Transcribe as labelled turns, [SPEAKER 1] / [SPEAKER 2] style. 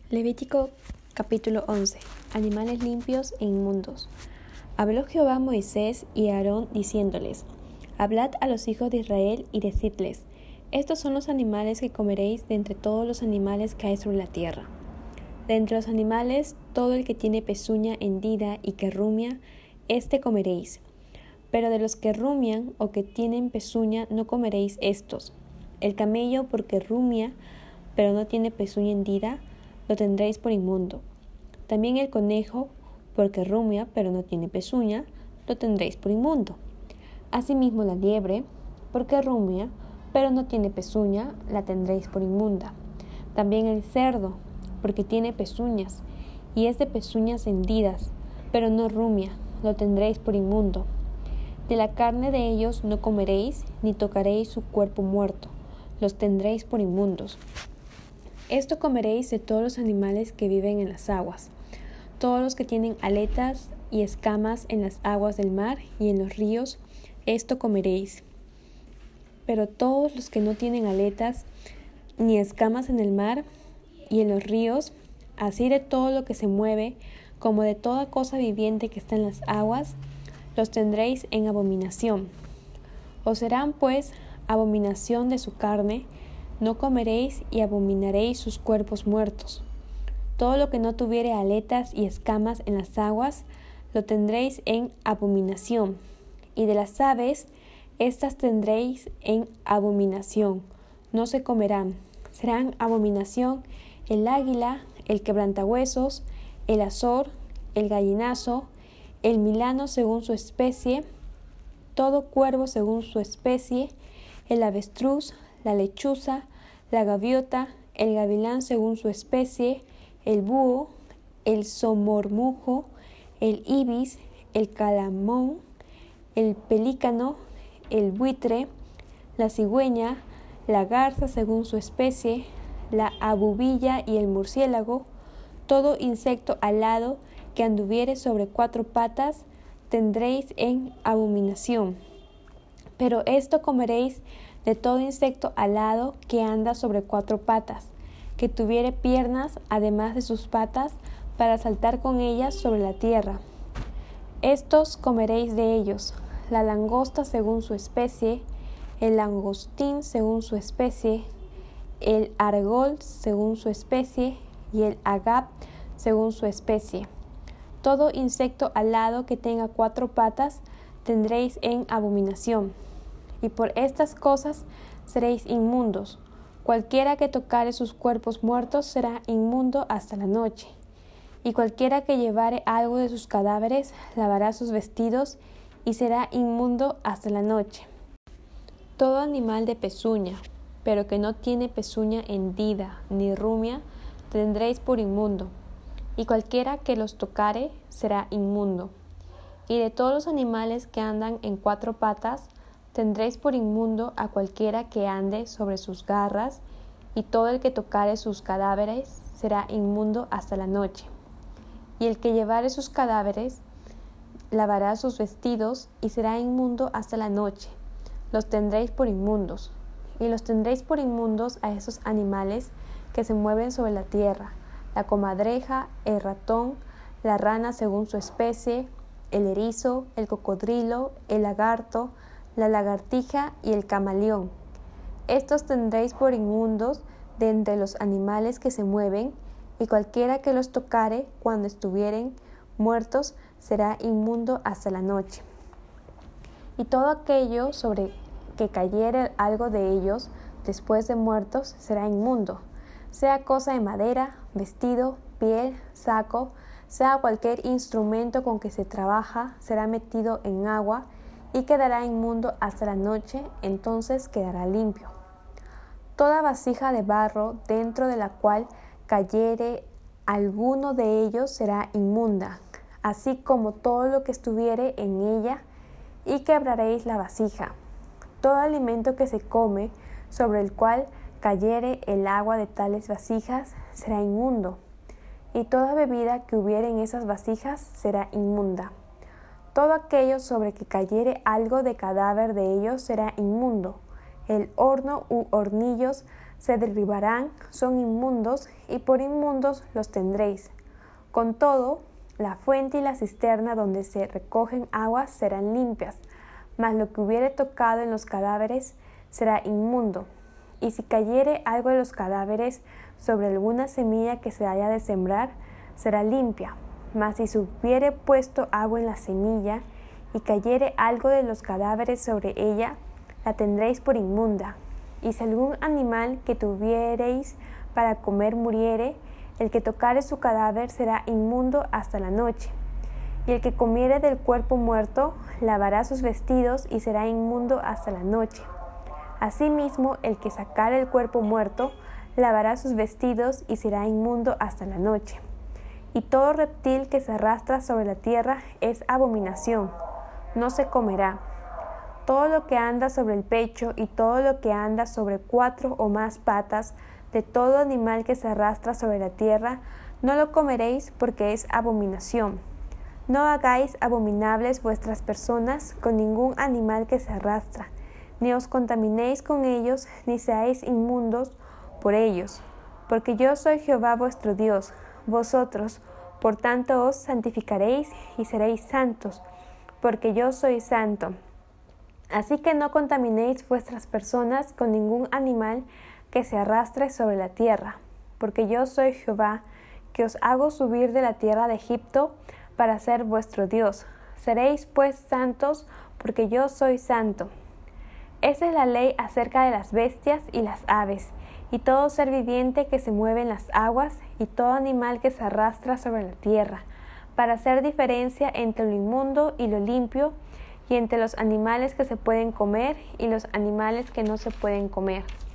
[SPEAKER 1] Levítico capítulo 11. Animales limpios e inmundos. Habló Jehová a Moisés y a Aarón diciéndoles: Hablad a los hijos de Israel y decidles: Estos son los animales que comeréis de entre todos los animales que hay sobre la tierra. De entre los animales, todo el que tiene pezuña hendida y que rumia, éste comeréis. Pero de los que rumian o que tienen pezuña no comeréis estos. El camello, porque rumia, pero no tiene pezuña hendida, lo tendréis por inmundo. También el conejo, porque rumia, pero no tiene pezuña, lo tendréis por inmundo. Asimismo la liebre, porque rumia, pero no tiene pezuña, la tendréis por inmunda. También el cerdo, porque tiene pezuñas, y es de pezuñas hendidas, pero no rumia, lo tendréis por inmundo. De la carne de ellos no comeréis, ni tocaréis su cuerpo muerto, los tendréis por inmundos. Esto comeréis de todos los animales que viven en las aguas, todos los que tienen aletas y escamas en las aguas del mar y en los ríos, esto comeréis. Pero todos los que no tienen aletas ni escamas en el mar y en los ríos, así de todo lo que se mueve, como de toda cosa viviente que está en las aguas, los tendréis en abominación. Os serán pues abominación de su carne. No comeréis y abominaréis sus cuerpos muertos. Todo lo que no tuviere aletas y escamas en las aguas, lo tendréis en abominación. Y de las aves, estas tendréis en abominación. No se comerán. Serán abominación el águila, el quebrantahuesos, el azor, el gallinazo, el milano según su especie, todo cuervo según su especie, el avestruz, la lechuza, la gaviota, el gavilán según su especie, el búho, el somormujo, el ibis, el calamón, el pelícano, el buitre, la cigüeña, la garza según su especie, la abubilla y el murciélago, todo insecto alado que anduviere sobre 4 patas, tendréis en abominación. Pero esto comeréis de todo insecto alado que anda sobre 4 patas, que tuviere piernas además de sus patas, para saltar con ellas sobre la tierra. Estos comeréis de ellos: la langosta según su especie, el langostín según su especie, el argol según su especie, y el agap según su especie. Todo insecto alado que tenga 4 patas tendréis en abominación. Y por estas cosas seréis inmundos. Cualquiera que tocare sus cuerpos muertos será inmundo hasta la noche. Y cualquiera que llevare algo de sus cadáveres lavará sus vestidos y será inmundo hasta la noche. Todo animal de pezuña, pero que no tiene pezuña hendida ni rumia, tendréis por inmundo. Y cualquiera que los tocare será inmundo. Y de todos los animales que andan en 4 patas, tendréis por inmundo a cualquiera que ande sobre sus garras, y todo el que tocare sus cadáveres será inmundo hasta la noche. Y el que llevare sus cadáveres lavará sus vestidos y será inmundo hasta la noche. Los tendréis por inmundos. Y los tendréis por inmundos a esos animales que se mueven sobre la tierra: la comadreja, el ratón, la rana según su especie, el erizo, el cocodrilo, el lagarto, la lagartija y el camaleón. Estos tendréis por inmundos de entre los animales que se mueven, y cualquiera que los tocare cuando estuvieren muertos será inmundo hasta la noche. Y todo aquello sobre que cayere algo de ellos después de muertos será inmundo, sea cosa de madera, vestido, piel, saco, sea cualquier instrumento con que se trabaja, será metido en agua y quedará inmundo hasta la noche, entonces quedará limpio. Toda vasija de barro dentro de la cual cayere alguno de ellos será inmunda, así como todo lo que estuviere en ella, y quebraréis la vasija. Todo alimento que se come sobre el cual cayere el agua de tales vasijas será inmundo, y toda bebida que hubiere en esas vasijas será inmunda. Todo aquello sobre que cayere algo de cadáver de ellos será inmundo. El horno u hornillos se derribarán, son inmundos, y por inmundos los tendréis. Con todo, la fuente y la cisterna donde se recogen aguas serán limpias, mas lo que hubiere tocado en los cadáveres será inmundo. Y si cayere algo de los cadáveres sobre alguna semilla que se haya de sembrar, será limpia. Mas si se hubiere puesto agua en la semilla, y cayere algo de los cadáveres sobre ella, la tendréis por inmunda. Y si algún animal que tuviereis para comer muriere, el que tocare su cadáver será inmundo hasta la noche. Y el que comiere del cuerpo muerto, lavará sus vestidos y será inmundo hasta la noche. Asimismo, el que sacare el cuerpo muerto, lavará sus vestidos y será inmundo hasta la noche. Y todo reptil que se arrastra sobre la tierra es abominación, no se comerá. Todo lo que anda sobre el pecho y todo lo que anda sobre 4 o más patas, de todo animal que se arrastra sobre la tierra, no lo comeréis porque es abominación. No hagáis abominables vuestras personas con ningún animal que se arrastra, ni os contaminéis con ellos, ni seáis inmundos por ellos. Porque yo soy Jehová vuestro Dios. Vosotros, por tanto, os santificaréis y seréis santos, porque yo soy santo. Así que no contaminéis vuestras personas con ningún animal que se arrastre sobre la tierra, porque yo soy Jehová, que os hago subir de la tierra de Egipto para ser vuestro Dios. Seréis pues santos, porque yo soy santo. Esa es la ley acerca de las bestias y las aves, y todo ser viviente que se mueve en las aguas, y todo animal que se arrastra sobre la tierra, para hacer diferencia entre lo inmundo y lo limpio, y entre los animales que se pueden comer y los animales que no se pueden comer.